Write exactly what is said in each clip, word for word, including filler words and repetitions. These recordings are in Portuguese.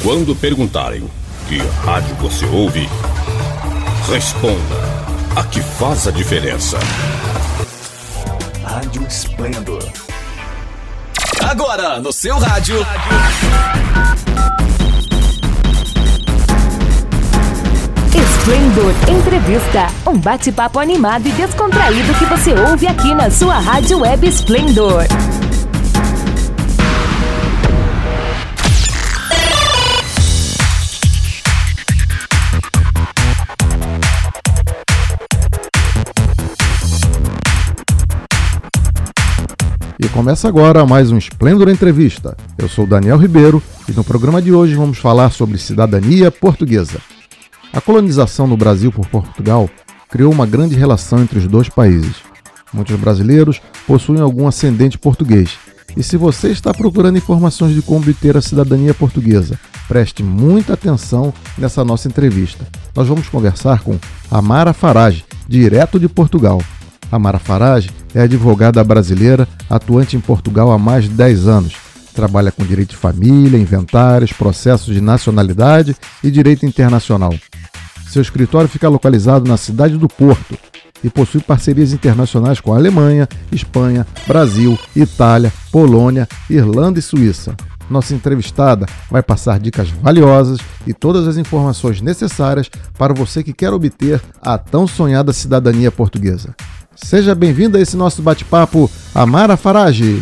Quando perguntarem que rádio você ouve, responda a que faz a diferença. Rádio Esplendor. Agora no seu rádio. Esplendor Entrevista, um bate-papo animado e descontraído que você ouve aqui na sua rádio web Esplendor. E começa agora mais um Esplendor Entrevista. Eu sou Daniel Ribeiro e no programa de hoje vamos falar sobre cidadania portuguesa. A colonização no Brasil por Portugal criou uma grande relação entre os dois países. Muitos brasileiros possuem algum ascendente português. E se você está procurando informações de como obter a cidadania portuguesa, preste muita atenção nessa nossa entrevista. Nós vamos conversar com Amara Farage, direto de Portugal. Amara Farage é advogada brasileira, atuante em Portugal há mais de dez anos. Trabalha com direito de família, inventários, processos de nacionalidade e direito internacional. Seu escritório fica localizado na cidade do Porto e possui parcerias internacionais com a Alemanha, Espanha, Brasil, Itália, Polônia, Irlanda e Suíça. Nossa entrevistada vai passar dicas valiosas e todas as informações necessárias para você que quer obter a tão sonhada cidadania portuguesa. Seja bem-vinda a esse nosso bate-papo, Amara Farage.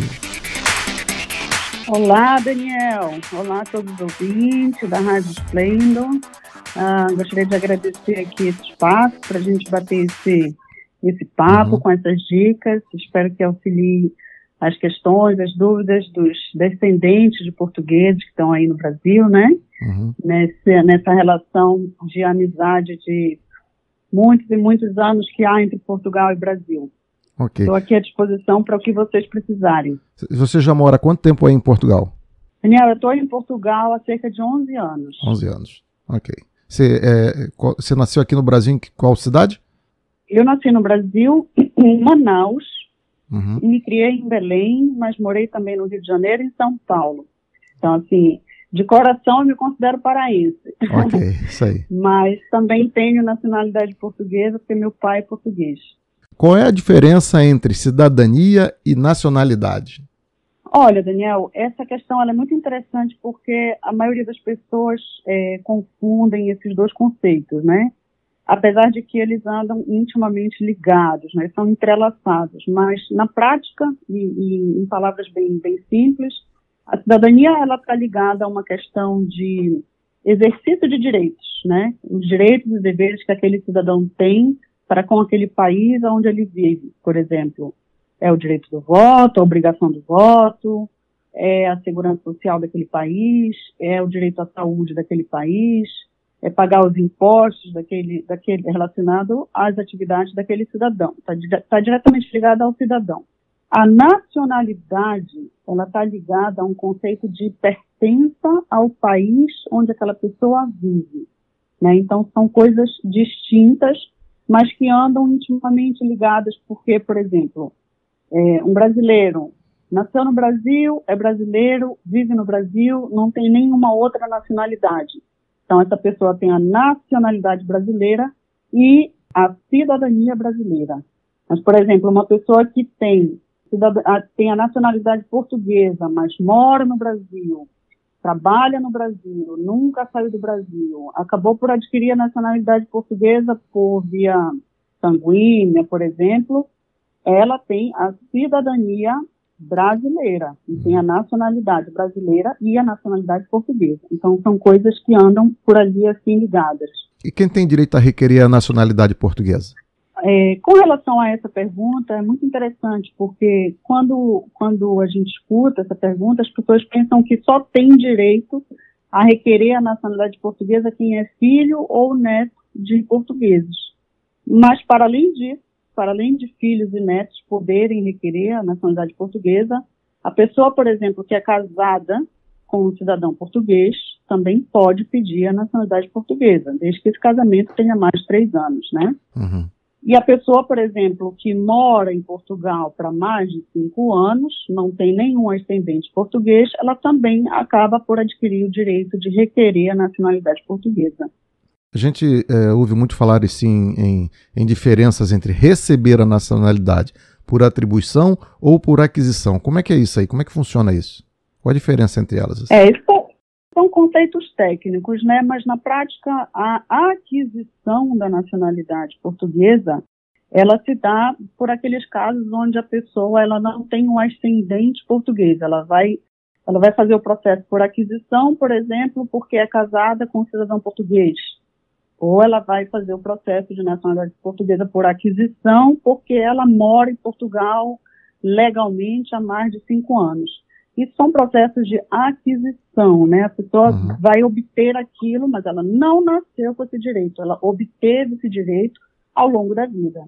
Olá, Daniel. Olá a todos os ouvintes da Rádio Esplendor. Ah, gostaria de agradecer aqui esse espaço para a gente bater esse, esse papo uhum. com essas dicas. Espero que auxilie as questões, as dúvidas dos descendentes de portugueses que estão aí no Brasil, né? Uhum. Nesse, nessa relação de amizade de muitos e muitos anos que há entre Portugal e Brasil. Ok. Estou aqui à disposição para o que vocês precisarem. Você já mora há quanto tempo aí em Portugal? Daniel, eu estou em Portugal há cerca de onze anos. onze anos, ok. Você, é, qual, você nasceu aqui no Brasil em qual cidade? Eu nasci no Brasil, em Manaus, uhum. e me criei em Belém, mas morei também no Rio de Janeiro e em São Paulo. Então, assim, de coração eu me considero paraense. Ok, isso aí. Mas também tenho nacionalidade portuguesa, porque meu pai é português. Qual é a diferença entre cidadania e nacionalidade? Olha, Daniel, essa questão ela é muito interessante porque a maioria das pessoas é, confundem esses dois conceitos, né? Apesar de que eles andam intimamente ligados, né? São entrelaçados, mas na prática, e, e em palavras bem, bem simples, a cidadania ela está ligada a uma questão de exercício de direitos, né? Os direitos e deveres que aquele cidadão tem para com aquele país onde ele vive. Por exemplo, é o direito do voto, a obrigação do voto, é a segurança social daquele país, é o direito à saúde daquele país, é pagar os impostos daquele, daquele relacionado às atividades daquele cidadão. Está tá diretamente ligado ao cidadão. A nacionalidade, ela está ligada a um conceito de pertença ao país onde aquela pessoa vive, né? Então, são coisas distintas, mas que andam intimamente ligadas, porque, por exemplo, é, um brasileiro nasceu no Brasil, é brasileiro, vive no Brasil, não tem nenhuma outra nacionalidade. Então, essa pessoa tem a nacionalidade brasileira e a cidadania brasileira. Mas, por exemplo, uma pessoa que tem tem a nacionalidade portuguesa, mas mora no Brasil, trabalha no Brasil, nunca saiu do Brasil, acabou por adquirir a nacionalidade portuguesa por via sanguínea, por exemplo, ela tem a cidadania brasileira, e tem a nacionalidade brasileira e a nacionalidade portuguesa. Então, são coisas que andam por ali assim ligadas. E quem tem direito a requerer a nacionalidade portuguesa? É, com relação a essa pergunta, é muito interessante, porque quando, quando a gente escuta essa pergunta, as pessoas pensam que só tem direito a requerer a nacionalidade portuguesa quem é filho ou neto de portugueses. Mas, para além disso, para além de filhos e netos poderem requerer a nacionalidade portuguesa, a pessoa, por exemplo, que é casada com um cidadão português, também pode pedir a nacionalidade portuguesa, desde que esse casamento tenha mais de três anos, né? Uhum. E a pessoa, por exemplo, que mora em Portugal para mais de cinco anos, não tem nenhum ascendente português, ela também acaba por adquirir o direito de requerer a nacionalidade portuguesa. A gente é, ouve muito falar assim, em, em diferenças entre receber a nacionalidade por atribuição ou por aquisição. Como é que é isso aí? Como é que funciona isso? Qual a diferença entre elas? Assim? É, isso são conceitos técnicos, né? Mas na prática a aquisição da nacionalidade portuguesa, ela se dá por aqueles casos onde a pessoa ela não tem um ascendente português. Ela vai, ela vai fazer o processo por aquisição, por exemplo, porque é casada com um cidadão português. Ou ela vai fazer o processo de nacionalidade portuguesa por aquisição, porque ela mora em Portugal legalmente há mais de cinco anos. Isso são processos de aquisição, né? A pessoa uhum. vai obter aquilo, mas ela não nasceu com esse direito, ela obteve esse direito ao longo da vida.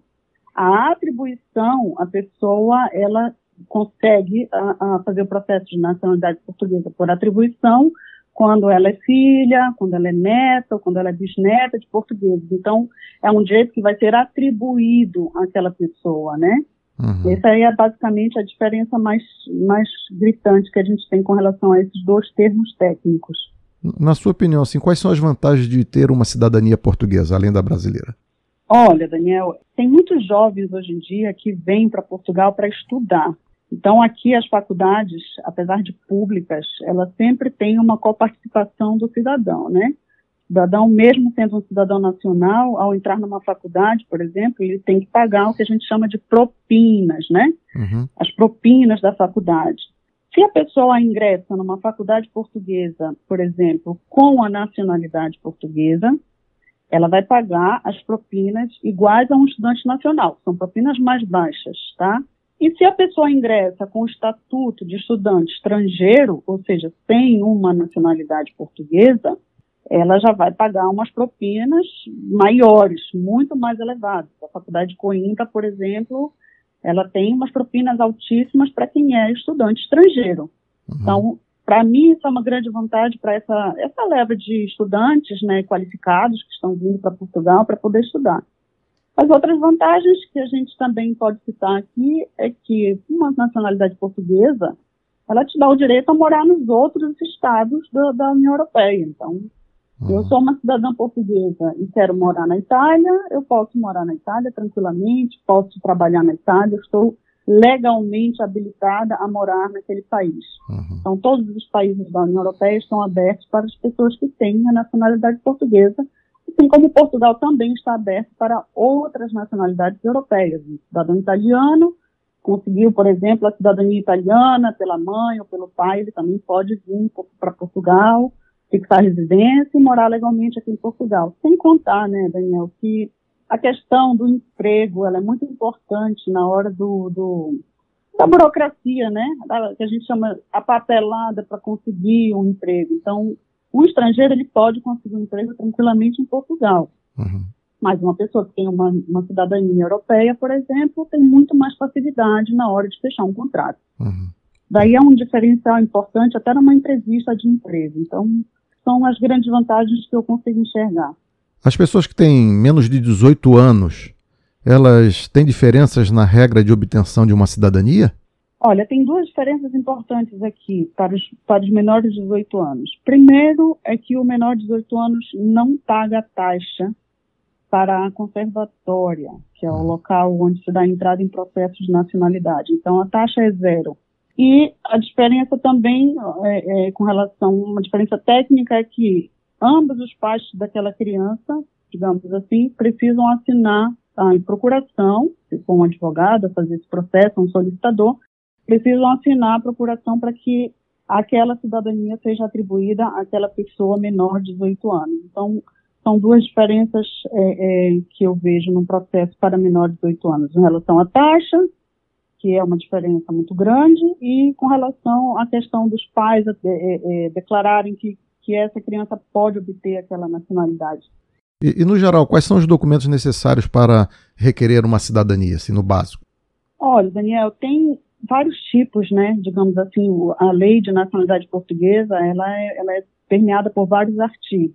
A atribuição, a pessoa, ela consegue a, a fazer o processo de nacionalidade portuguesa por atribuição quando ela é filha, quando ela é neta, ou quando ela é bisneta de portugueses. Então, é um direito que vai ser atribuído àquela pessoa, né? Uhum. Essa aí é basicamente a diferença mais, mais gritante que a gente tem com relação a esses dois termos técnicos. Na sua opinião, assim, quais são as vantagens de ter uma cidadania portuguesa, além da brasileira? Olha, Daniel, tem muitos jovens hoje em dia que vêm para Portugal para estudar. Então, aqui as faculdades, apesar de públicas, elas sempre têm uma coparticipação do cidadão, né? O cidadão, mesmo sendo um cidadão nacional, ao entrar numa faculdade, por exemplo, ele tem que pagar o que a gente chama de propinas, né? Uhum. As propinas da faculdade. Se a pessoa ingressa numa faculdade portuguesa, por exemplo, com a nacionalidade portuguesa, ela vai pagar as propinas iguais a um estudante nacional. São propinas mais baixas, tá? E se a pessoa ingressa com o estatuto de estudante estrangeiro, ou seja, sem uma nacionalidade portuguesa, ela já vai pagar umas propinas maiores, muito mais elevadas. A Faculdade de Coimbra, por exemplo, ela tem umas propinas altíssimas para quem é estudante estrangeiro. Uhum. Então, para mim, isso é uma grande vantagem para essa, essa leva de estudantes, né, qualificados que estão vindo para Portugal para poder estudar. As outras vantagens que a gente também pode citar aqui é que uma nacionalidade portuguesa, ela te dá o direito a morar nos outros estados da, da União Europeia. Então, uhum. eu sou uma cidadã portuguesa e quero morar na Itália, eu posso morar na Itália tranquilamente, posso trabalhar na Itália, estou legalmente habilitada a morar naquele país. Uhum. Então, todos os países da União Europeia estão abertos para as pessoas que têm a nacionalidade portuguesa, assim como Portugal também está aberto para outras nacionalidades europeias. O cidadão italiano conseguiu, por exemplo, a cidadania italiana pela mãe ou pelo pai, ele também pode vir para Portugal, fixar residência e morar legalmente aqui em Portugal. Sem contar, né, Daniel, que a questão do emprego, ela é muito importante na hora do, do, da burocracia, né, da, que a gente chama a papelada para conseguir um emprego. Então, o estrangeiro, ele pode conseguir um emprego tranquilamente em Portugal. Uhum. Mas uma pessoa que tem uma, uma cidadania europeia, por exemplo, tem muito mais facilidade na hora de fechar um contrato. Uhum. Daí é um diferencial importante até numa entrevista de emprego. Então, são as grandes vantagens que eu consigo enxergar. As pessoas que têm menos de dezoito anos, elas têm diferenças na regra de obtenção de uma cidadania? Olha, tem duas diferenças importantes aqui para os, para os menores de dezoito anos. Primeiro é que o menor de dezoito anos não paga taxa para a conservatória, que é o local onde se dá entrada em processo de nacionalidade. Então, a taxa é zero. E a diferença também, é, é, com relação, uma diferença técnica é que ambos os pais daquela criança, digamos assim, precisam assinar a procuração, se for um advogado a fazer esse processo, um solicitador, precisam assinar a procuração para que aquela cidadania seja atribuída àquela pessoa menor de dezoito anos. Então, são duas diferenças é, é, que eu vejo no processo para menor de dezoito anos, em relação à taxa, que é uma diferença muito grande, e com relação à questão dos pais é, é, declararem que, que essa criança pode obter aquela nacionalidade. E, e, no geral, quais são os documentos necessários para requerer uma cidadania, assim, no básico? Olha, Daniel, tem vários tipos, né, digamos assim, a lei de nacionalidade portuguesa, ela é, ela é permeada por vários artigos.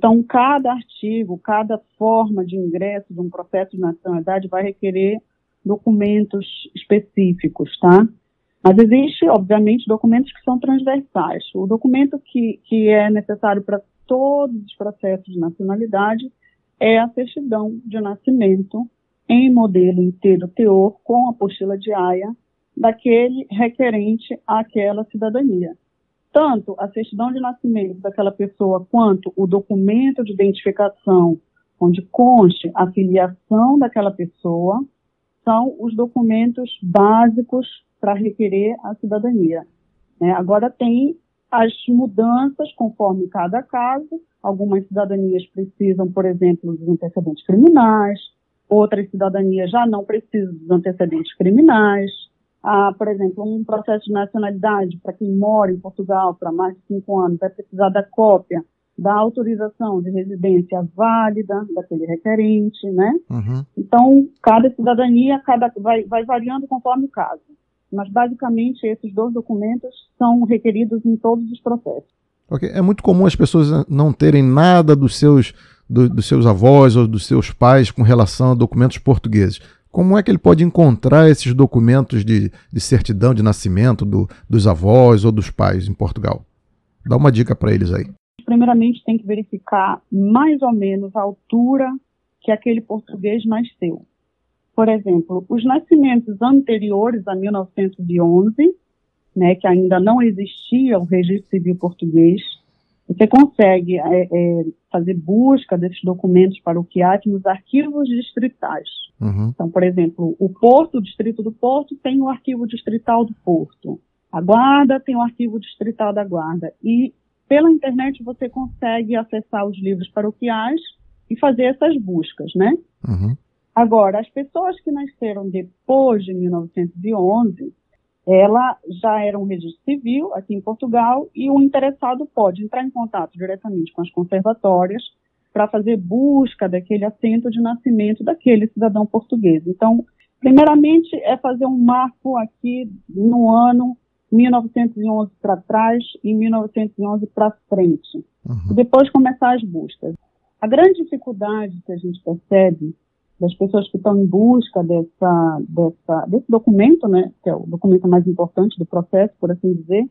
Então, cada artigo, cada forma de ingresso de um processo de nacionalidade vai requerer documentos específicos, tá? Mas existe, obviamente, documentos que são transversais. O documento que, que é necessário para todos os processos de nacionalidade é a certidão de nascimento em modelo inteiro teor com apostila de Haia daquele requerente àquela cidadania. Tanto a certidão de nascimento daquela pessoa quanto o documento de identificação onde conste a filiação daquela pessoa são os documentos básicos para requerer a cidadania. Né? Agora tem as mudanças conforme cada caso. Algumas cidadanias precisam, por exemplo, dos antecedentes criminais, outras cidadanias já não precisam dos antecedentes criminais. Ah, por exemplo, um processo de nacionalidade para quem mora em Portugal por mais de cinco anos vai precisar da cópia da autorização de residência válida daquele requerente, né? Uhum. Então, cada cidadania cada, vai, vai variando conforme o caso. Mas, basicamente, esses dois documentos são requeridos em todos os processos. Okay. É muito comum as pessoas não terem nada dos seus, do, dos seus avós ou dos seus pais com relação a documentos portugueses. Como é que ele pode encontrar esses documentos de, de certidão de nascimento do, dos avós ou dos pais em Portugal? Dá uma dica para eles aí. Primeiramente, tem que verificar mais ou menos a altura que aquele português nasceu. Por exemplo, os nascimentos anteriores a mil novecentos e onze, né, que ainda não existia o registro civil português, você consegue é, é, fazer busca desses documentos paroquiais nos arquivos distritais. Uhum. Então, por exemplo, o Porto, o Distrito do Porto, tem o arquivo distrital do Porto. A Guarda tem o arquivo distrital da Guarda. E pela internet você consegue acessar os livros paroquiais e fazer essas buscas, né? Uhum. Agora, as pessoas que nasceram depois de mil novecentos e onze, ela já era um registro civil aqui em Portugal e o interessado pode entrar em contato diretamente com as conservatórias para fazer busca daquele assento de nascimento daquele cidadão português. Então, primeiramente, é fazer um marco aqui no ano mil novecentos e onze para trás e mil novecentos e onze para frente. Uhum. E depois começar as buscas. A grande dificuldade que a gente percebe das pessoas que estão em busca dessa, dessa, desse documento, né, que é o documento mais importante do processo, por assim dizer,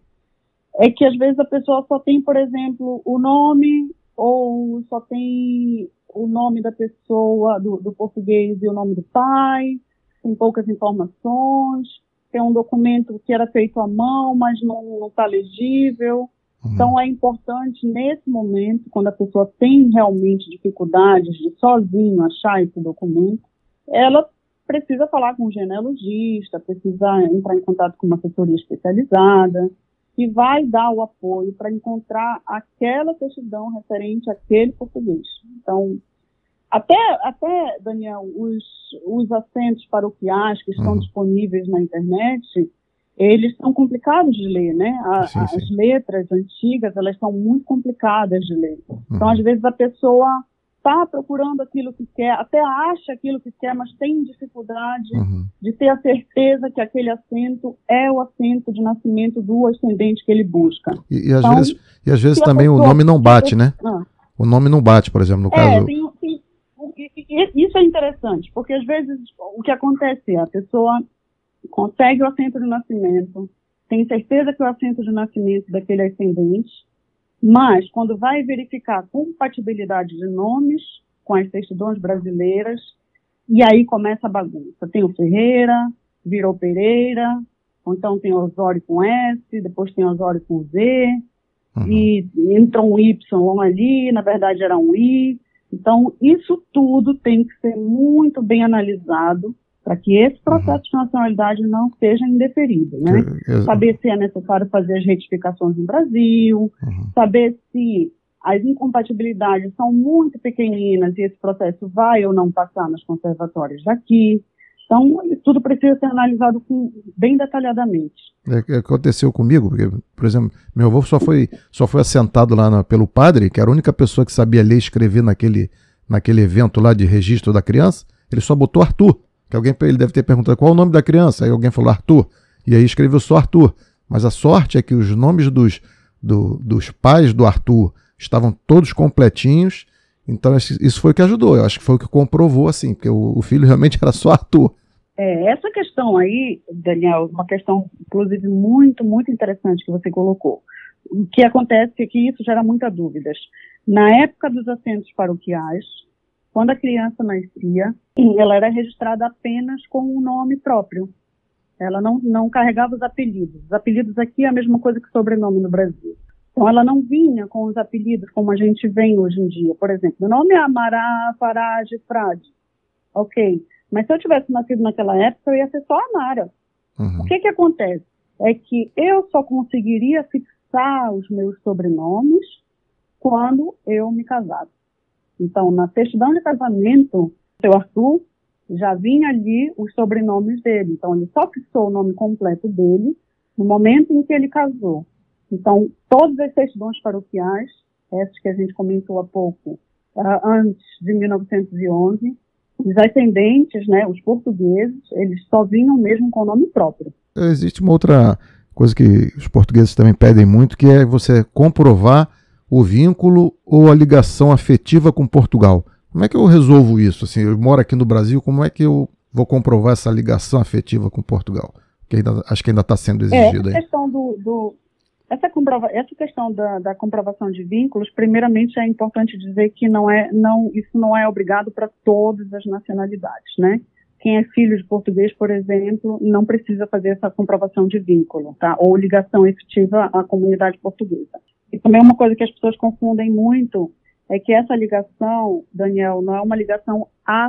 é que às vezes a pessoa só tem, por exemplo, o nome ou só tem o nome da pessoa, do, do português e o nome do pai, tem poucas informações, tem um documento que era feito à mão, mas não está legível. Uhum. Então é importante nesse momento, quando a pessoa tem realmente dificuldades de sozinho achar esse documento, ela precisa falar com um genealogista, precisa entrar em contato com uma assessoria especializada, que vai dar o apoio para encontrar aquela certidão referente àquele português. Então, até, até Daniel, os, os assentos paroquiais que estão uhum. disponíveis na internet, eles são complicados de ler, né? A, sim, sim. As letras antigas, elas são muito complicadas de ler. Uhum. Então, às vezes, a pessoa está procurando aquilo que quer, até acha aquilo que quer, mas tem dificuldade uhum. de ter a certeza que aquele assento é o assento de nascimento do ascendente que ele busca. E, e às então, vezes, e às vezes também pessoa, o nome não bate, né? Ah. O nome não bate, por exemplo, no é, caso... Tem, tem, isso é interessante, porque às vezes o que acontece é a pessoa consegue o assento de nascimento, tem certeza que é o assento de nascimento daquele ascendente, mas quando vai verificar a compatibilidade de nomes com as certidões brasileiras, e aí começa a bagunça. Tem o Ferreira, virou Pereira, ou então tem Osório com S, depois tem Osório com Z, uhum. e entra um Y ali, na verdade era um I. Então, isso tudo tem que ser muito bem analisado para que esse processo uhum. de nacionalidade não seja indeferido, né? É, saber se é necessário fazer as retificações no Brasil, uhum. saber se as incompatibilidades são muito pequeninas e esse processo vai ou não passar nas conservatórias daqui. Então, tudo precisa ser analisado com, bem detalhadamente. É que aconteceu comigo, porque, por exemplo, meu avô só foi, só foi assentado lá na, pelo padre, que era a única pessoa que sabia ler e escrever naquele, naquele evento lá de registro da criança, ele só botou Arthur. Que alguém ele deve ter perguntado qual é o nome da criança, aí alguém falou Arthur, e aí escreveu só Arthur. Mas a sorte é que os nomes dos, do, dos pais do Arthur estavam todos completinhos, então isso foi o que ajudou, eu acho que foi o que comprovou, assim, porque o, o filho realmente era só Arthur. É, essa questão aí, Daniel, uma questão, inclusive, muito, muito interessante que você colocou. O que acontece é que isso gera muitas dúvidas. Na época dos assentos paroquiais, quando a criança nascia, ela era registrada apenas com o nome próprio. Ela não, não carregava os apelidos. Os apelidos aqui é a mesma coisa que sobrenome no Brasil. Então, ela não vinha com os apelidos como a gente vem hoje em dia. Por exemplo, meu nome é Amará, Farage, Frade. Ok. Mas se eu tivesse nascido naquela época, eu ia ser só Amara. Uhum. O que que acontece? É que eu só conseguiria fixar os meus sobrenomes quando eu me casasse. Então, na certidão de casamento, o seu Arthur já vinha ali os sobrenomes dele. Então, ele só fixou o nome completo dele no momento em que ele casou. Então, todas as certidões paroquiais, essas que a gente comentou há pouco, uh, antes de mil novecentos e onze, os ascendentes, né, os portugueses, eles só vinham mesmo com o nome próprio. Existe uma outra coisa que os portugueses também pedem muito, que é você comprovar o vínculo ou a ligação afetiva com Portugal. Como é que eu resolvo isso? Assim, eu moro aqui no Brasil, como é que eu vou comprovar essa ligação afetiva com Portugal? Que ainda, acho que ainda está sendo exigido é, essa questão aí. Do, do, essa, comprova, essa questão da, da comprovação de vínculos, primeiramente é importante dizer que não é, não, isso não é obrigado para todas as nacionalidades, né? Quem é filho de português, por exemplo, não precisa fazer essa comprovação de vínculo, tá? Ou ligação efetiva à comunidade portuguesa. E também uma coisa que as pessoas confundem muito é que essa ligação, Daniel, não é uma ligação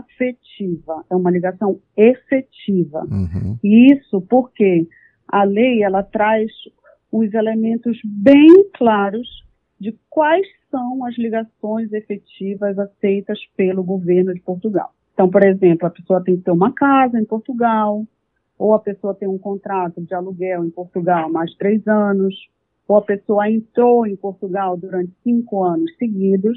afetiva, é uma ligação efetiva. Uhum. E isso porque a lei, ela traz os elementos bem claros de quais são as ligações efetivas aceitas pelo governo de Portugal. Então, por exemplo, a pessoa tem que ter uma casa em Portugal, ou a pessoa tem um contrato de aluguel em Portugal há mais de três anos, ou a pessoa entrou em Portugal durante cinco anos seguidos,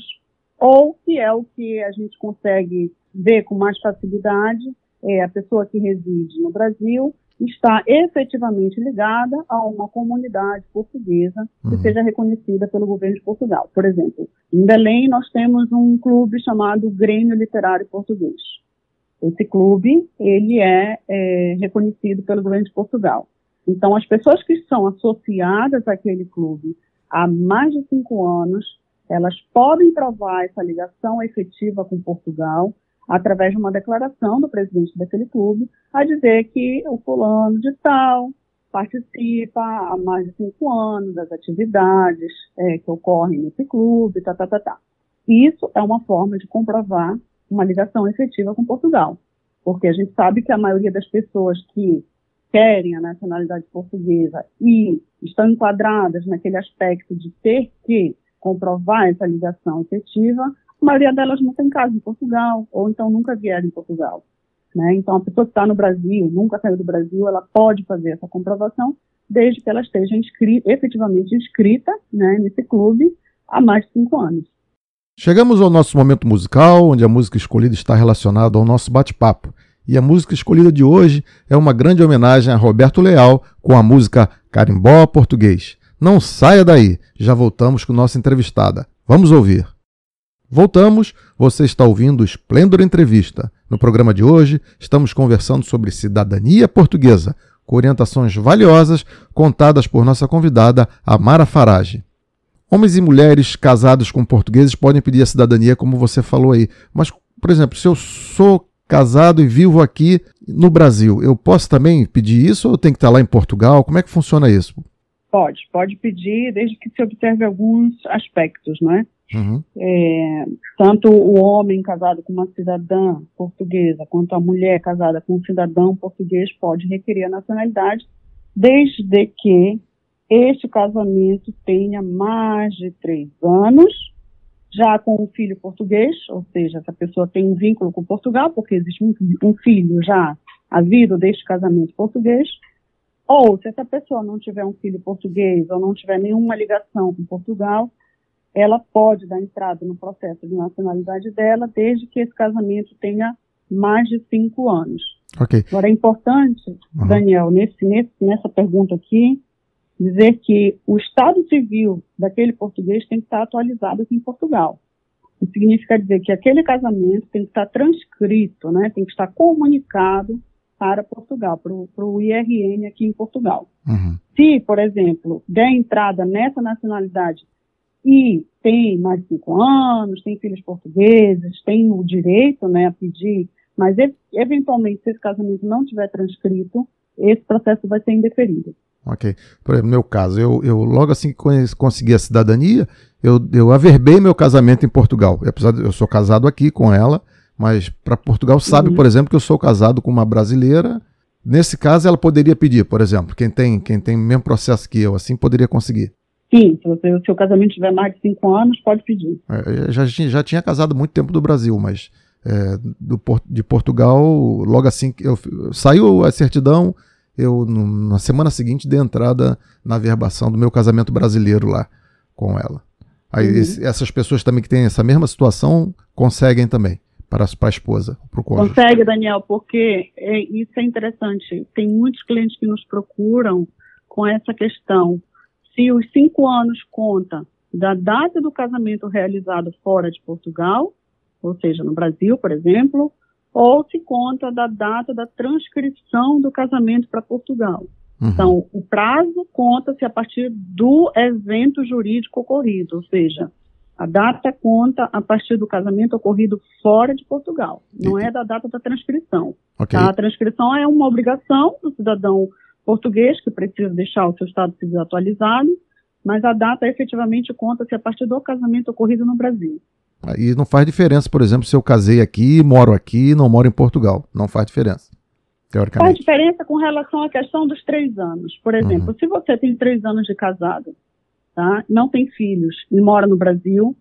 ou que é o que a gente consegue ver com mais facilidade, é a pessoa que reside no Brasil está efetivamente ligada a uma comunidade portuguesa que uhum. seja reconhecida pelo governo de Portugal. Por exemplo, em Belém nós temos um clube chamado Grêmio Literário Português. Esse clube, ele é, é reconhecido pelo governo de Portugal. Então, as pessoas que são associadas àquele clube há mais de cinco anos, elas podem provar essa ligação efetiva com Portugal através de uma declaração do presidente daquele clube, a dizer que o fulano de tal participa há mais de cinco anos das atividades é, que ocorrem nesse clube, tá, tá, tá, tá. Isso é uma forma de comprovar uma ligação efetiva com Portugal, porque a gente sabe que a maioria das pessoas que querem a nacionalidade portuguesa e estão enquadradas naquele aspecto de ter que comprovar essa ligação efetiva, a maioria delas não tem casa em Portugal, ou então nunca vieram em Portugal. Né? Então, a pessoa que está no Brasil, nunca saiu do Brasil, ela pode fazer essa comprovação, desde que ela esteja inscrita, efetivamente inscrita, né, nesse clube há mais de cinco anos. Chegamos ao nosso momento musical, onde a música escolhida está relacionada ao nosso bate-papo. E a música escolhida de hoje é uma grande homenagem a Roberto Leal com a música Carimbó Português. Não saia daí, já voltamos com nossa entrevistada. Vamos ouvir. Voltamos, você está ouvindo o Esplêndor Entrevista. No programa de hoje, estamos conversando sobre cidadania portuguesa, com orientações valiosas contadas por nossa convidada, Amara Farage. Homens e mulheres casados com portugueses podem pedir a cidadania, como você falou aí. Mas, por exemplo, se eu sou casado e vivo aqui no Brasil, eu posso também pedir isso ou eu tenho que estar lá em Portugal? Como é que funciona isso? Pode, pode pedir, desde que se observe alguns aspectos, não é? Uhum. É, tanto o homem casado com uma cidadã portuguesa quanto a mulher casada com um cidadão português pode requerer a nacionalidade, desde que este casamento tenha mais de três anos, já com um filho português, ou seja, essa pessoa tem um vínculo com Portugal, porque existe um, um filho já havido deste casamento português, ou se essa pessoa não tiver um filho português ou não tiver nenhuma ligação com Portugal, ela pode dar entrada no processo de nacionalidade dela, desde que esse casamento tenha mais de cinco anos. Okay. Agora, é importante, uhum. Daniel, nesse, nesse, nessa pergunta aqui, dizer que o estado civil daquele português tem que estar atualizado aqui em Portugal. Isso significa dizer que aquele casamento tem que estar transcrito, né, tem que estar comunicado para Portugal, para o I R N aqui em Portugal. Uhum. Se, por exemplo, der entrada nessa nacionalidade e tem mais de cinco anos, tem filhos portugueses, tem o direito, né, a pedir, mas eventualmente se esse casamento não tiver transcrito, esse processo vai ser indeferido. Ok. Por exemplo, no meu caso, eu, eu logo assim que conheci, consegui a cidadania, eu, eu averbei meu casamento em Portugal. Apesar de eu sou casado aqui com ela, mas para Portugal sabe, uhum. por exemplo, que eu sou casado com uma brasileira. Nesse caso, ela poderia pedir, por exemplo, quem tem, quem tem o mesmo processo que eu, assim, poderia conseguir. Sim, se o seu casamento tiver mais de cinco anos, pode pedir. É, eu já, já tinha casado muito tempo do Brasil, mas é, do, de Portugal, logo assim que eu, saiu a certidão, eu no, na semana seguinte dei entrada na averbação do meu casamento brasileiro lá com ela. Aí uhum. esse, essas pessoas também que têm essa mesma situação conseguem também para, para a esposa, para o cônjuge. Consegue, Daniel, porque é, isso é interessante. Tem muitos clientes que nos procuram com essa questão. Se os cinco anos conta da data do casamento realizado fora de Portugal, ou seja, no Brasil, por exemplo, ou se conta da data da transcrição do casamento para Portugal. Uhum. Então, o prazo conta-se a partir do evento jurídico ocorrido, ou seja, a data conta a partir do casamento ocorrido fora de Portugal, não e... é da data da transcrição. Okay. Tá? A transcrição é uma obrigação do cidadão português que precisa deixar o seu estado civil atualizado, mas a data efetivamente conta-se a partir do casamento ocorrido no Brasil. E não faz diferença, por exemplo, se eu casei aqui, moro aqui, não moro em Portugal. Não faz diferença, teoricamente. Faz diferença com relação à questão dos três anos. Por exemplo, uhum. se você tem três anos de casado, tá, não tem filhos e mora no Brasil,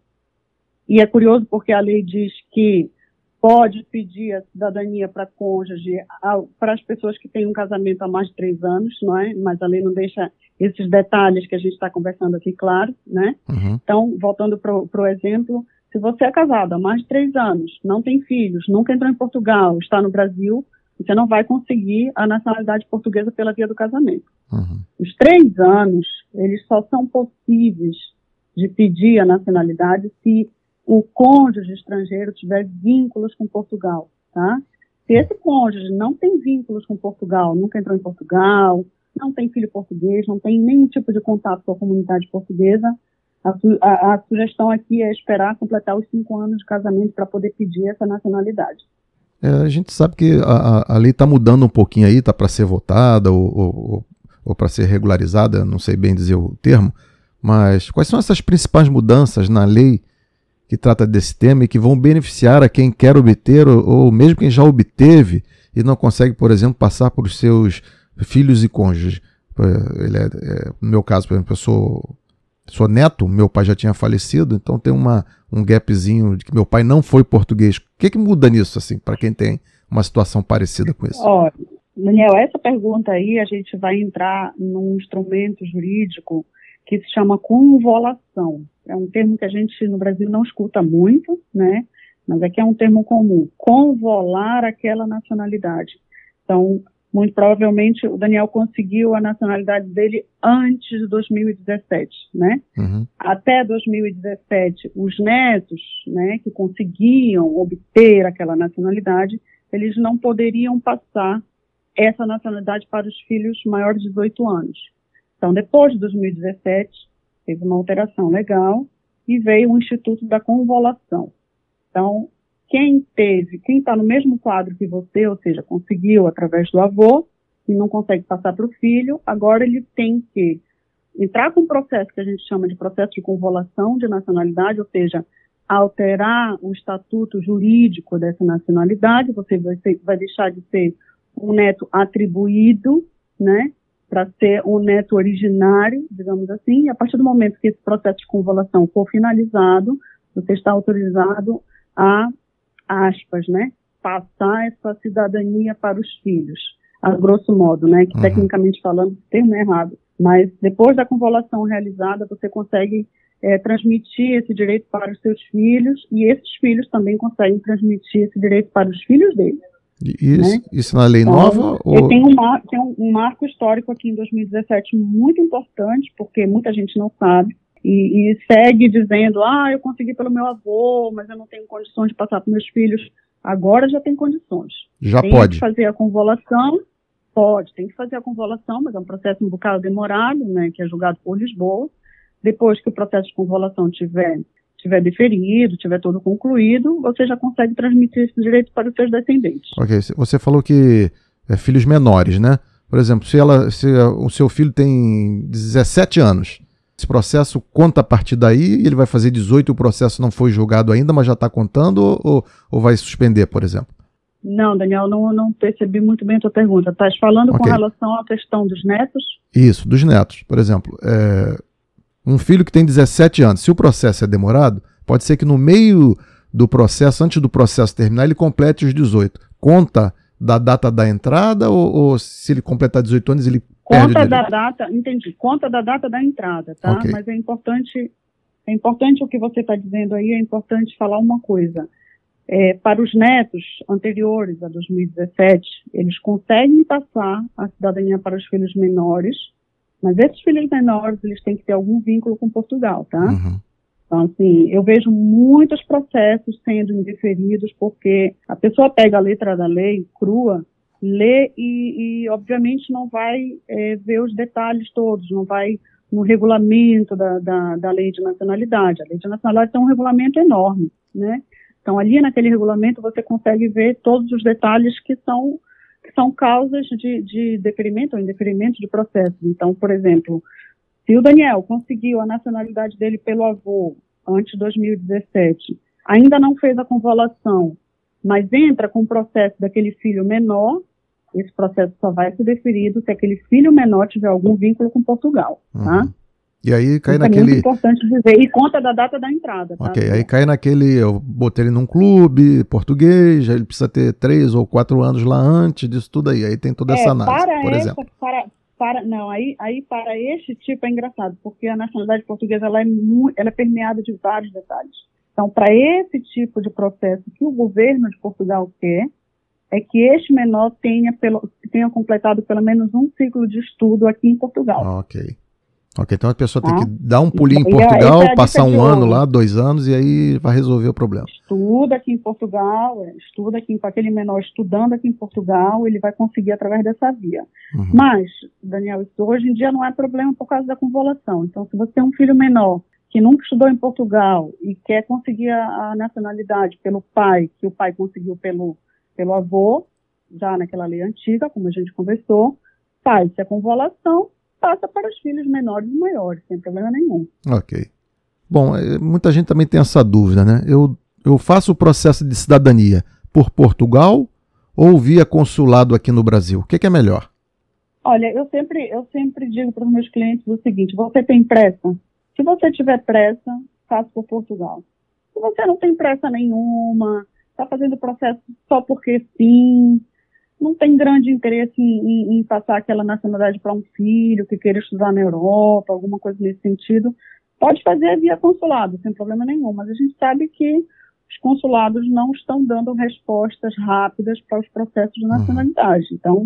e é curioso porque a lei diz que pode pedir a cidadania para cônjuge, para as pessoas que têm um casamento há mais de três anos, não é? Mas a lei não deixa esses detalhes que a gente está conversando aqui claro, né? Uhum. Então, voltando para o exemplo, se você é casado há mais de três anos, não tem filhos, nunca entrou em Portugal, está no Brasil, você não vai conseguir a nacionalidade portuguesa pela via do casamento. Uhum. Os três anos, eles só são possíveis de pedir a nacionalidade se o cônjuge estrangeiro tiver vínculos com Portugal, tá? Se esse cônjuge não tem vínculos com Portugal, nunca entrou em Portugal, não tem filho português, não tem nenhum tipo de contato com a comunidade portuguesa, A, a, a sugestão aqui é esperar completar os cinco anos de casamento para poder pedir essa nacionalidade. É, a gente sabe que a, a lei está mudando um pouquinho aí, está para ser votada ou, ou, ou para ser regularizada, não sei bem dizer o termo, mas quais são essas principais mudanças na lei que trata desse tema e que vão beneficiar a quem quer obter ou, ou mesmo quem já obteve e não consegue, por exemplo, passar para os seus filhos e cônjuges? Ele é, é, no meu caso, por exemplo, eu sou... Sou neto, meu pai já tinha falecido, então tem uma, um gapzinho de que meu pai não foi português. O que, que muda nisso, assim, para quem tem uma situação parecida com isso? Olha, Daniel, essa pergunta aí a gente vai entrar num instrumento jurídico que se chama convolação. É um termo que a gente no Brasil não escuta muito, né? Mas aqui é um termo comum. Convolar aquela nacionalidade. Então, muito provavelmente o Daniel conseguiu a nacionalidade dele antes de dois mil e dezessete, né? Uhum. Até dois mil e dezessete, os netos, né, que conseguiam obter aquela nacionalidade, eles não poderiam passar essa nacionalidade para os filhos maiores de dezoito anos. Então, depois de dois mil e dezessete, teve uma alteração legal e veio o Instituto da Convolação. Então, quem teve, quem está no mesmo quadro que você, ou seja, conseguiu através do avô, e não consegue passar para o filho, agora ele tem que entrar com um processo que a gente chama de processo de convolação de nacionalidade, ou seja, alterar o estatuto jurídico dessa nacionalidade, você vai, ser, vai deixar de ser um neto atribuído, né, para ser um neto originário, digamos assim, e a partir do momento que esse processo de convolação for finalizado, você está autorizado a aspas, né, passar essa cidadania para os filhos, a grosso modo, né, que uhum. tecnicamente falando, o termo é errado, mas depois da convolação realizada, você consegue é, transmitir esse direito para os seus filhos, e esses filhos também conseguem transmitir esse direito para os filhos deles. E isso, né? isso na lei então, nova? Ou... Tem, um, mar, tem um, um marco histórico aqui em dois mil e dezessete muito importante, porque muita gente não sabe, e, e segue dizendo, ah, eu consegui pelo meu avô, mas eu não tenho condições de passar para meus filhos. Agora já tem condições. Já tem pode. que fazer a convolução, pode, tem que fazer a convolução, mas é um processo um bocado demorado, né, que é julgado por Lisboa. Depois que o processo de convolução tiver tiver deferido, tiver todo concluído, você já consegue transmitir esse direito para os seus descendentes. Ok, você falou que é filhos menores, né? Por exemplo, se, ela, se o seu filho tem dezessete anos, esse processo conta a partir daí, ele vai fazer dezoito e o processo não foi julgado ainda, mas já está contando, ou, ou vai suspender, por exemplo? Não, Daniel, não, não percebi muito bem a tua pergunta. Estás falando okay. com relação à questão dos netos? Isso, dos netos. Por exemplo, é... um filho que tem dezessete anos, se o processo é demorado, pode ser que no meio do processo, antes do processo terminar, ele complete os dezoito. Conta da data da entrada ou, ou se ele completar dezoito anos, ele perde o direito? Conta da data, entendi, conta da data da entrada, tá? Okay. Mas é importante, é importante o que você está dizendo aí, é importante falar uma coisa. É, para os netos anteriores a dois mil e dezessete, eles conseguem passar a cidadania para os filhos menores, mas esses filhos menores, eles têm que ter algum vínculo com Portugal, tá? Uhum. Então, assim, eu vejo muitos processos sendo indeferidos porque a pessoa pega a letra da lei crua, lê e, e obviamente, não vai é, ver os detalhes todos, não vai no regulamento da, da, da lei de nacionalidade. A lei de nacionalidade tem um regulamento enorme, né? Então, ali naquele regulamento, você consegue ver todos os detalhes que são... que são causas de, de deferimento ou indeferimento de processo. Então, por exemplo, se o Daniel conseguiu a nacionalidade dele pelo avô antes de dois mil e dezessete, ainda não fez a convolução, mas entra com o processo daquele filho menor, esse processo só vai ser deferido se aquele filho menor tiver algum vínculo com Portugal, uhum. tá? E aí cai Isso naquele... é muito importante dizer, e conta da data da entrada, tá? Ok, aí cai naquele, eu botei ele num clube português, ele precisa ter três ou quatro anos lá antes disso tudo aí, aí tem toda é, essa análise, para por essa, exemplo. Para, para, não, aí, aí para este tipo é engraçado, porque a nacionalidade portuguesa ela é, muito, ela é permeada de vários detalhes. Então, para esse tipo de processo que o governo de Portugal quer, é que este menor tenha, pelo, tenha completado pelo menos um ciclo de estudo aqui em Portugal. Ok. Ok, então a pessoa tem ah, que dar um pulinho em Portugal, é passar um ano lá, dois anos, e aí vai resolver o problema. Estuda aqui em Portugal, estuda aqui com aquele menor estudando aqui em Portugal, ele vai conseguir através dessa via. Uhum. Mas, Daniel, isso hoje em dia não é problema por causa da convolução. Então, se você tem um filho menor que nunca estudou em Portugal e quer conseguir a, a nacionalidade pelo pai, que o pai conseguiu pelo, pelo avô, já naquela lei antiga, como a gente conversou, faz-se a convolução, passa para os filhos menores e maiores, sem problema nenhum. Ok. Bom, muita gente também tem essa dúvida, né? Eu, eu faço o processo de cidadania por Portugal ou via consulado aqui no Brasil? O que, que é melhor? Olha, eu sempre, eu sempre digo para os meus clientes o seguinte, você tem pressa? Se você tiver pressa, faça por Portugal. Se você não tem pressa nenhuma, está fazendo o processo só porque sim, não tem grande interesse em, em, em passar aquela nacionalidade para um filho que queira estudar na Europa, alguma coisa nesse sentido, pode fazer via consulado, sem problema nenhum, mas a gente sabe que os consulados não estão dando respostas rápidas para os processos de nacionalidade. Então,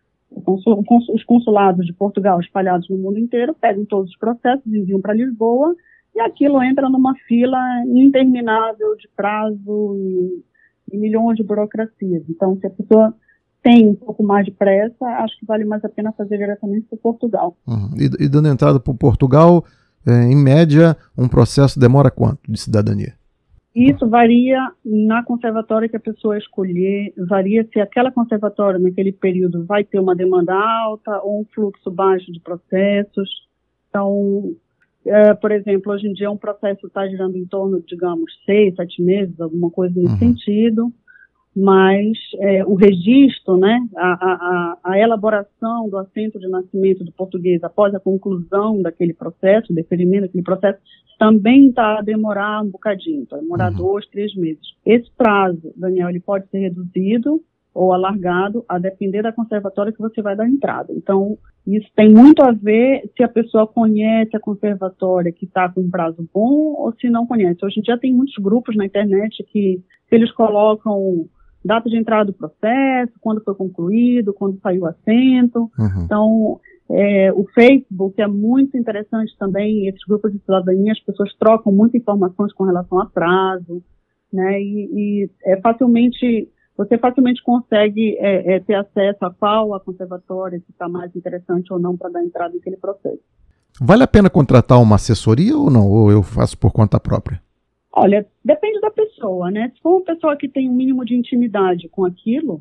os consulados de Portugal espalhados no mundo inteiro pegam todos os processos, enviam para Lisboa, e aquilo entra numa fila interminável de prazo e, e milhões de burocracias. Então, se a pessoa tem um pouco mais de pressa, acho que vale mais a pena fazer diretamente para Portugal. Uhum. E, e dando entrada para Portugal, é, em média, um processo demora quanto de cidadania? Isso varia na conservatória que a pessoa escolher, varia se aquela conservatória naquele período vai ter uma demanda alta ou um fluxo baixo de processos. Então, é, por exemplo, hoje em dia um processo está girando em torno, digamos, seis, sete meses, alguma coisa nesse uhum. sentido. Mas é, o registro, né, a, a, a elaboração do assento de nascimento do português após a conclusão daquele processo, o deferimento daquele processo, também está a demorar um bocadinho, está a demorar uhum. dois, três meses. Esse prazo, Daniel, ele pode ser reduzido ou alargado a depender da conservatória que você vai dar entrada. Então, isso tem muito a ver se a pessoa conhece a conservatória que está com um prazo bom ou se não conhece. Hoje em dia tem muitos grupos na internet que, se eles colocam data de entrada do processo, quando foi concluído, quando saiu o assento. Uhum. Então, é, o Facebook é muito interessante também, esses grupos de cidadania, as pessoas trocam muitas informações com relação a prazo, né, e, e é facilmente, você facilmente consegue é, é, ter acesso a qual a conservatória que está mais interessante ou não para dar entrada naquele processo. Vale a pena contratar uma assessoria ou não? Ou eu faço por conta própria? Olha, depende da pessoa, né? Se for uma pessoa que tem um mínimo de intimidade com aquilo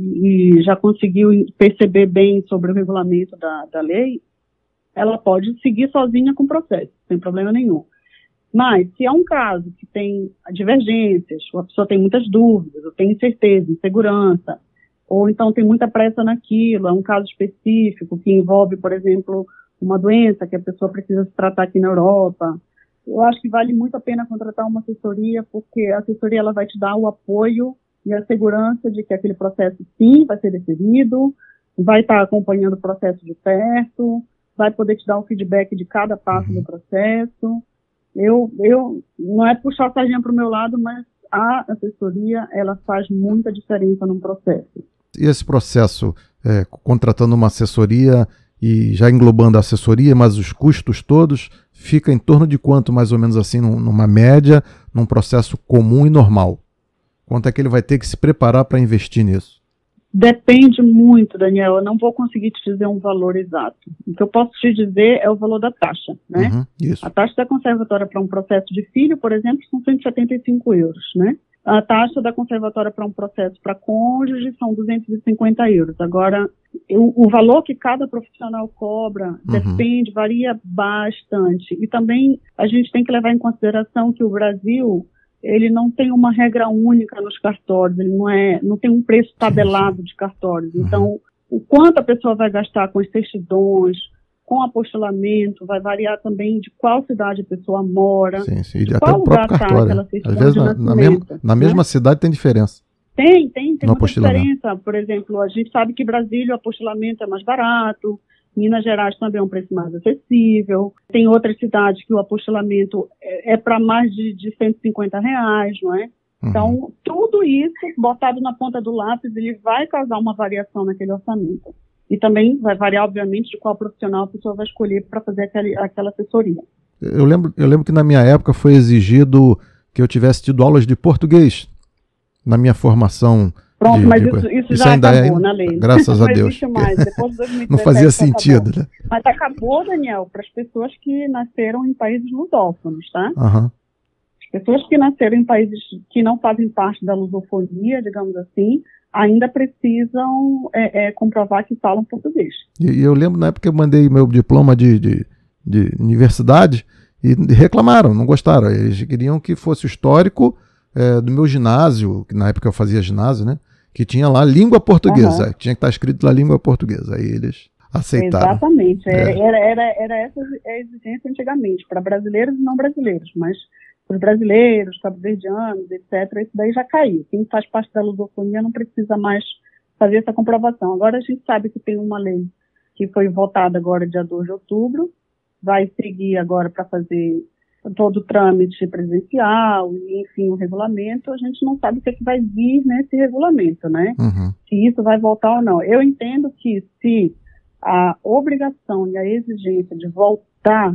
e, e já conseguiu perceber bem sobre o regulamento da, da lei, ela pode seguir sozinha com o processo, sem problema nenhum. Mas, se é um caso que tem divergências, ou a pessoa tem muitas dúvidas, ou tem incerteza, insegurança, ou então tem muita pressa naquilo, é um caso específico que envolve, por exemplo, uma doença que a pessoa precisa se tratar aqui na Europa, eu acho que vale muito a pena contratar uma assessoria, porque a assessoria ela vai te dar o apoio e a segurança de que aquele processo, sim, vai ser deferido, vai estar acompanhando o processo de perto, vai poder te dar o feedback de cada passo do processo. Eu, eu não é puxar a sardinha para o meu lado, mas a assessoria, ela faz muita diferença num processo. E esse processo, é, contratando uma assessoria e já englobando a assessoria, mas os custos todos, fica em torno de quanto, mais ou menos assim, numa média, num processo comum e normal? Quanto é que ele vai ter que se preparar para investir nisso? Depende muito, Daniel. Eu não vou conseguir te dizer um valor exato. O que eu posso te dizer é o valor da taxa, né? Uhum, isso. A taxa da conservatória para um processo de filho, por exemplo, são cento e setenta e cinco euros, né? A taxa da conservatória para um processo para cônjuge são duzentos e cinquenta euros. Agora, o, o valor que cada profissional cobra uhum. depende, varia bastante. E também a gente tem que levar em consideração que o Brasil, ele não tem uma regra única nos cartórios, ele não, é, não tem um preço tabelado de cartórios. Uhum. Então, o quanto a pessoa vai gastar com as certidões, com apostilamento, vai variar também de qual cidade a pessoa mora, sim, sim. de Até qual o próprio lugar cartório. Tá aquela certidão. Às vezes na, na, mesma, na mesma né? cidade tem diferença. Tem, tem, tem no muita diferença. Por exemplo, a gente sabe que Brasília o apostilamento é mais barato, Minas Gerais também é um preço mais acessível, tem outras cidades que o apostilamento é, é para mais de, de cento e cinquenta reais, não é? Uhum. Então, tudo isso, botado na ponta do lápis, ele vai causar uma variação naquele orçamento. E também vai variar, obviamente, de qual profissional a pessoa vai escolher para fazer aquele, aquela assessoria. Eu lembro, eu lembro que na minha época foi exigido que eu tivesse tido aulas de português na minha formação. Pronto, de, mas de... isso, isso, isso já ainda acabou é, na lei. Graças a não Deus. Existe mais. Depois de dois mil e dezessete, não fazia sentido, acabou. Né? Mas acabou, Daniel, para as pessoas que nasceram em países lusófonos, tá? Uhum. Pessoas que nasceram em países que não fazem parte da lusofonia, digamos assim, ainda precisam é, é, comprovar que falam português. E, e eu lembro na época que eu mandei meu diploma de, de, de universidade e reclamaram, não gostaram. Eles queriam que fosse o histórico é, do meu ginásio, que na época eu fazia ginásio, né? Que tinha lá língua portuguesa. Uhum. Tinha que estar escrito lá língua portuguesa. Aí eles aceitaram. Exatamente. É. Era, era, era essa a exigência antigamente, para brasileiros e não brasileiros, mas para os brasileiros, cabo-verdianos, etcétera, isso daí já caiu. Quem faz parte da lusofonia não precisa mais fazer essa comprovação. Agora a gente sabe que tem uma lei que foi votada agora dia dois de outubro, vai seguir agora para fazer todo o trâmite presencial e, enfim, o regulamento. A gente não sabe o que, é que vai vir nesse regulamento, né? Uhum. Se isso vai voltar ou não. Eu entendo que se a obrigação e a exigência de voltar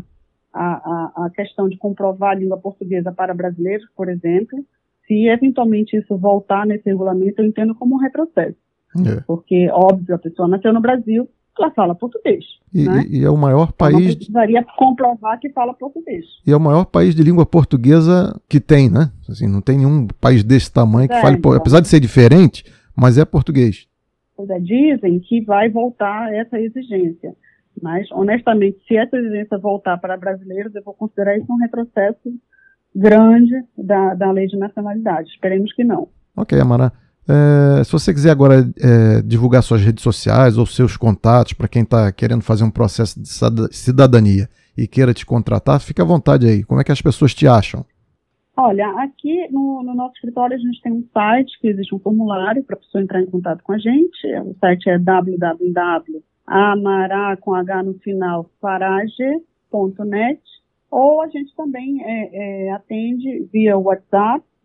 A, a, a questão de comprovar a língua portuguesa para brasileiros, por exemplo, se eventualmente isso voltar nesse regulamento, eu entendo como um retrocesso. É. Porque, óbvio, a pessoa nasceu no Brasil, ela fala português. E, né? e é o maior país... Então não precisaria comprovar que fala português. E é o maior país de língua portuguesa que tem, né? Assim, não tem nenhum país desse tamanho que é, fale... Então, apesar de ser diferente, mas é português. Pois é, dizem que vai voltar essa exigência. Mas, honestamente, se essa exigência voltar para brasileiros, eu vou considerar isso um retrocesso grande da, da lei de nacionalidade. Esperemos que não. Ok, Amara. É, se você quiser agora é, divulgar suas redes sociais ou seus contatos para quem está querendo fazer um processo de cidadania e queira te contratar, fica à vontade aí. Como é que as pessoas te acham? Olha, aqui no, no nosso escritório a gente tem um site que existe um formulário para a pessoa entrar em contato com a gente. O site é w w w ponto amara com H no final, farage ponto net, ou a gente também é, é, atende via WhatsApp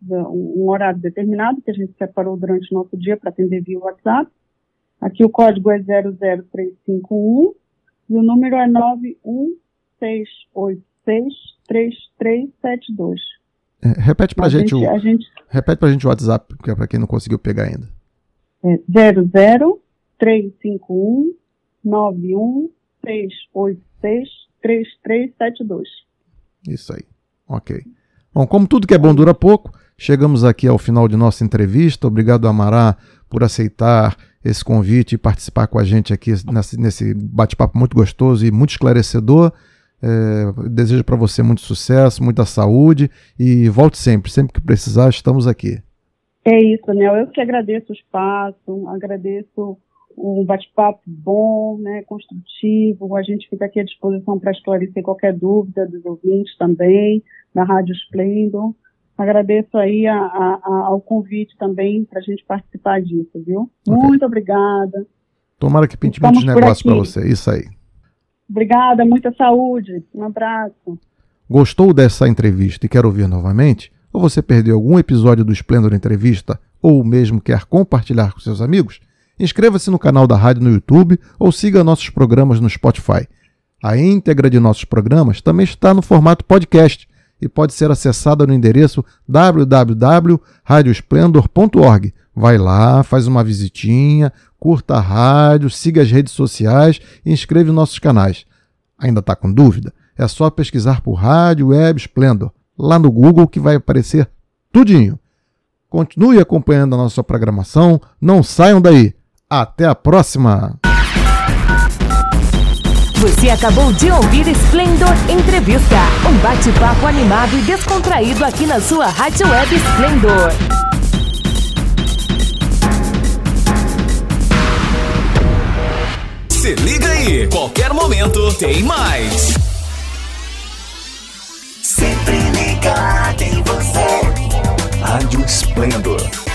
um horário determinado que a gente separou durante o nosso dia para atender via WhatsApp. Aqui o código é zero zero três cinco um e o número é nove um seis oito seis três três sete dois. É, repete para a gente, gente, o, a gente repete pra gente o WhatsApp, que é para quem não conseguiu pegar ainda. É zero zero três cinco um nove um seis oito seis três três sete dois. Isso aí, ok. Bom, como tudo que é bom dura pouco, chegamos aqui ao final de nossa entrevista. Obrigado, Amará, por aceitar esse convite e participar com a gente aqui nesse, nesse bate-papo muito gostoso e muito esclarecedor. É, desejo para você muito sucesso, muita saúde e volte sempre, sempre que precisar, estamos aqui. É isso, Daniel. Eu que agradeço o espaço, agradeço um bate-papo bom, né, construtivo. A gente fica aqui à disposição para esclarecer qualquer dúvida dos ouvintes também, da Rádio Esplendor. Agradeço aí a, a, a, ao convite também para a gente participar disso, viu? Okay. Muito obrigada. Tomara que pinte muitos negócios para você, isso aí. Obrigada, muita saúde. Um abraço. Gostou dessa entrevista e quer ouvir novamente? Ou você perdeu algum episódio do Esplendor Entrevista, ou mesmo quer compartilhar com seus amigos? Inscreva-se no canal da rádio no YouTube ou siga nossos programas no Spotify. A íntegra de nossos programas também está no formato podcast e pode ser acessada no endereço w w w ponto rádio esplendor ponto org. Vai lá, faz uma visitinha, curta a rádio, siga as redes sociais e inscreva em nossos canais. Ainda está com dúvida? É só pesquisar por Rádio Web Esplendor, lá no Google, que vai aparecer tudinho. Continue acompanhando a nossa programação, não saiam daí. Até a próxima! Você acabou de ouvir Esplendor Entrevista, um bate-papo animado e descontraído aqui na sua Rádio Web Esplendor. Se liga aí, qualquer momento tem mais. Sempre ligado em você. Rádio Esplendor.